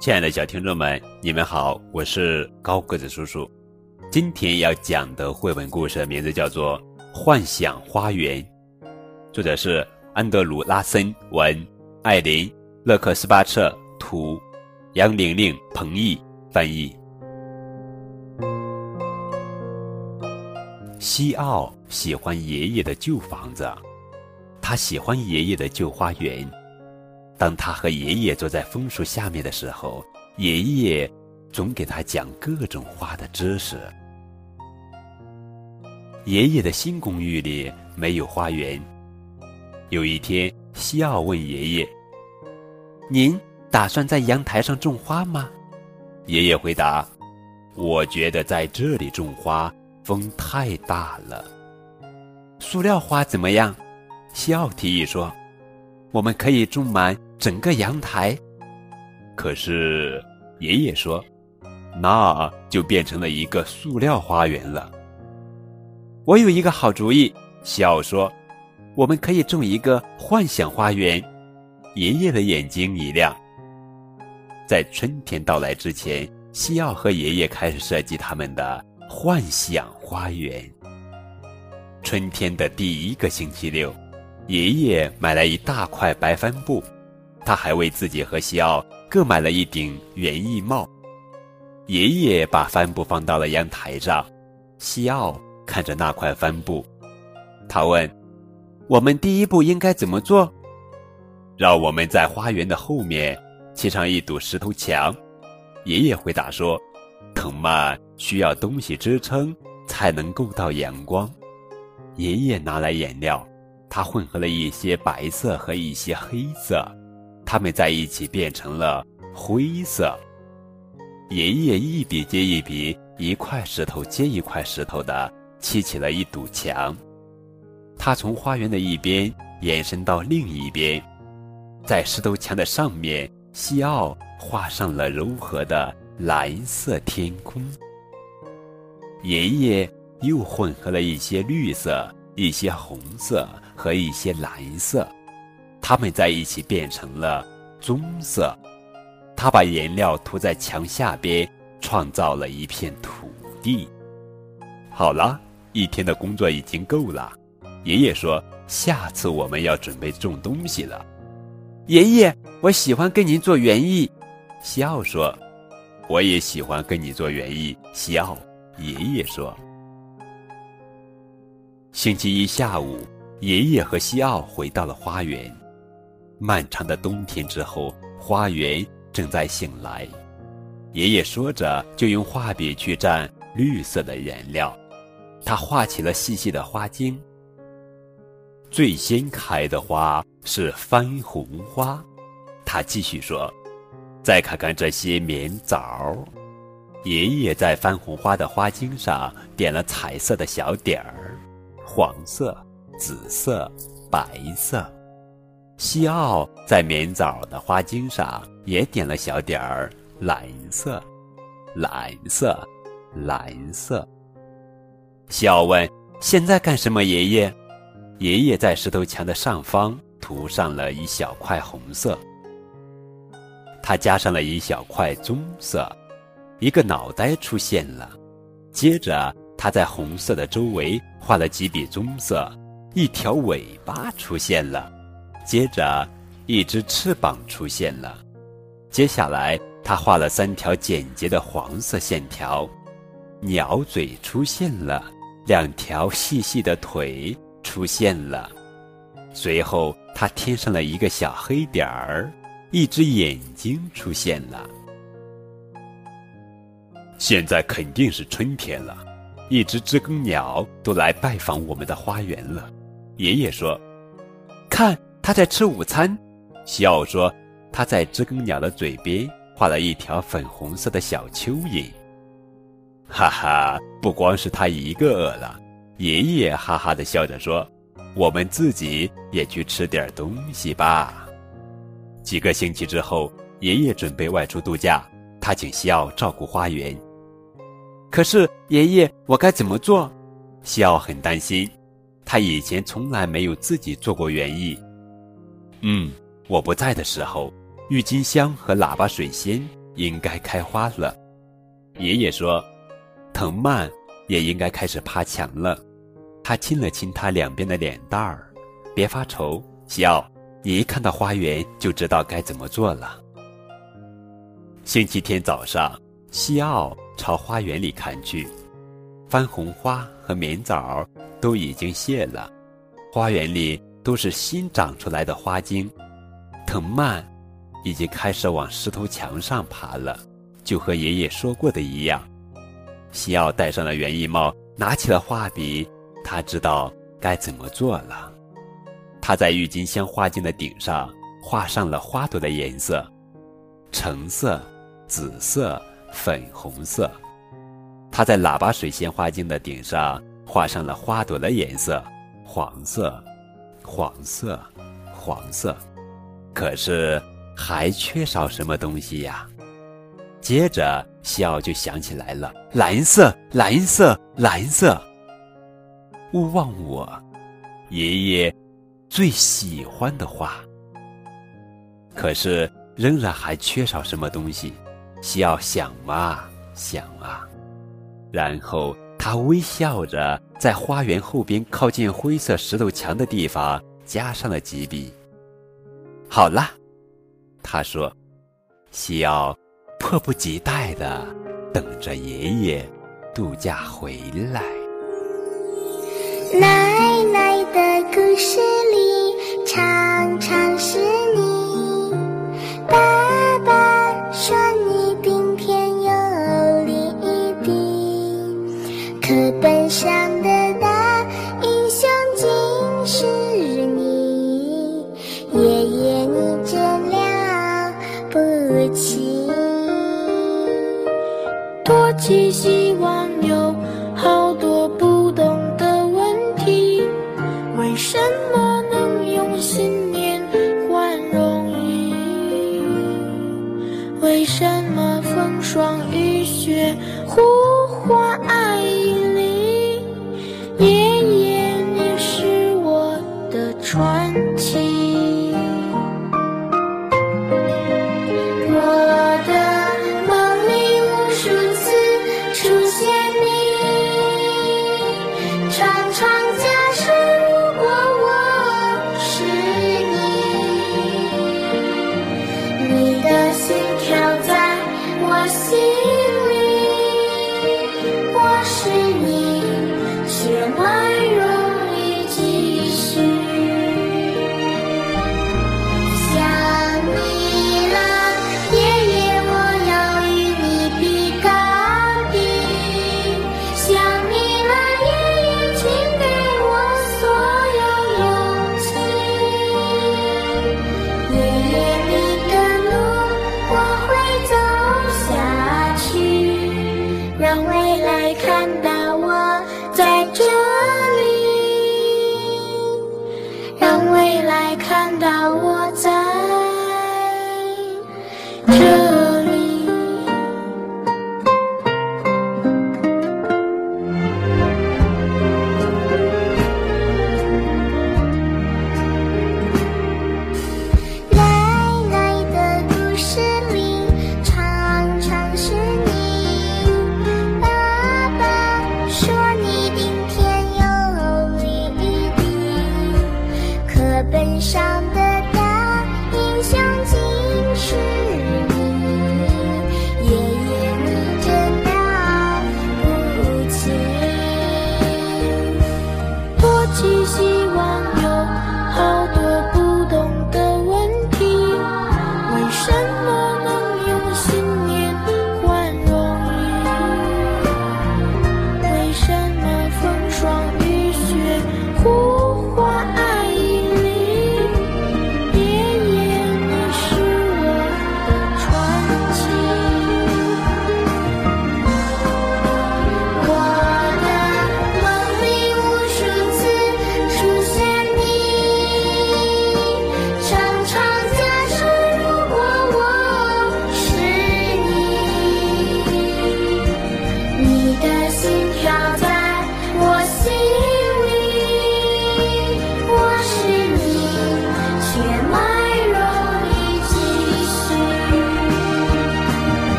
亲爱的小听众们，你们好，我是高个子叔叔。今天要讲的绘本故事名字叫做《幻想花园》，作者是安德鲁·拉森文，艾琳·勒克斯巴彻图，杨玲玲、彭毅翻译。西奥喜欢爷爷的旧房子，他喜欢爷爷的旧花园。当他和爷爷坐在枫树下面的时候，爷爷总给他讲各种花的知识。爷爷的新公寓里没有花园。有一天，西奥问爷爷：“您打算在阳台上种花吗？”爷爷回答：“我觉得在这里种花风太大了。”塑料花怎么样？西奥提议说：“我们可以种满整个阳台。”可是爷爷说：“那就变成了一个塑料花园了。”我有一个好主意，西奥说：“我们可以种一个幻想花园。”爷爷的眼睛一亮。在春天到来之前，西奥和爷爷开始设计他们的幻想花园。春天的第一个星期六，爷爷买来一大块白帆布，他还为自己和西奥各买了一顶园艺帽。爷爷把帆布放到了阳台上，西奥看着那块帆布，他问：“我们第一步应该怎么做？”“让我们在花园的后面砌上一堵石头墙。”爷爷回答说，“藤蔓需要东西支撑才能够到阳光。”爷爷拿来颜料，他混合了一些白色和一些黑色，它们在一起变成了灰色。爷爷一笔接一笔，一块石头接一块石头地砌起了一堵墙。他从花园的一边延伸到另一边，在石头墙的上面，西奥画上了柔和的蓝色天空。爷爷又混合了一些绿色、一些红色和一些蓝色，它们在一起变成了棕色。他把颜料涂在墙下边，创造了一片土地。好了，一天的工作已经够了。爷爷说，下次我们要准备种东西了。爷爷，我喜欢跟您做园艺。西奥说。我也喜欢跟你做园艺，西奥，爷爷说。星期一下午，爷爷和西奥回到了花园。漫长的冬天之后，花园正在醒来。爷爷说着，就用画笔去蘸绿色的颜料，他画起了细细的花茎。最先开的花是番红花，他继续说，再看看这些棉枣。爷爷在番红花的花茎上点了彩色的小点儿，黄色、紫色、白色。西奥在棉枣的花茎上也点了小点儿，蓝色、蓝色、蓝色。西奥问：“现在干什么，爷爷？”爷爷在石头墙的上方涂上了一小块红色，他加上了一小块棕色，一个脑袋出现了。接着他在红色的周围画了几笔棕色，一条尾巴出现了。接着一只翅膀出现了。接下来他画了3条简洁的黄色线条，鸟嘴出现了，2条细细的腿出现了。随后他添上了一个小黑点儿，一只眼睛出现了。现在肯定是春天了，一只知更鸟都来拜访我们的花园了。爷爷说：“看，他在吃午餐。”西奥说，他在知更鸟的嘴边画了一条粉红色的小蚯蚓。哈哈，不光是他一个饿了，爷爷哈哈地笑着说，我们自己也去吃点东西吧。几个星期之后，爷爷准备外出度假，他请西奥照顾花园。可是爷爷，我该怎么做？西奥很担心，他以前从来没有自己做过园艺。我不在的时候，郁金香和喇叭水仙应该开花了。爷爷说，藤蔓也应该开始爬墙了。他亲了亲他两边的脸蛋儿。别发愁，西奥，你一看到花园就知道该怎么做了。星期天早上，西奥朝花园里看去，番红花和棉枣都已经谢了，花园里都是新长出来的花茎，藤蔓已经开始往石头墙上爬了，就和爷爷说过的一样。西奥戴上了园艺帽，拿起了画笔，他知道该怎么做了。他在郁金香花茎的顶上画上了花朵的颜色，橙色、紫色、粉红色。他在喇叭水仙花茎的顶上画上了花朵的颜色，黄色、黄色、黄色。可是还缺少什么东西呀？接着西奥就想起来了，蓝色，蓝色，蓝色。勿忘我，爷爷最喜欢的花。可是仍然还缺少什么东西，西奥想啊想啊，然后他微笑着在花园后边靠近灰色石头墙的地方加上了几笔。好了，他说。西奥迫不及待地等着爷爷度假回来。 奶奶的故事里常常是你，爸爸说你顶天有理的，课本上的大英雄竟是你，爷爷你真了不起。 多寄希望有好多不懂的问题，为什么能用信念换荣誉？为什么风霜雨雪呼唤爱里？爷爷你是我的传奇。让未来看到我在这里，让未来看到我在这里。 奶奶的故事里常常是你，爸爸说你顶天有理的，课本上的大英雄竟是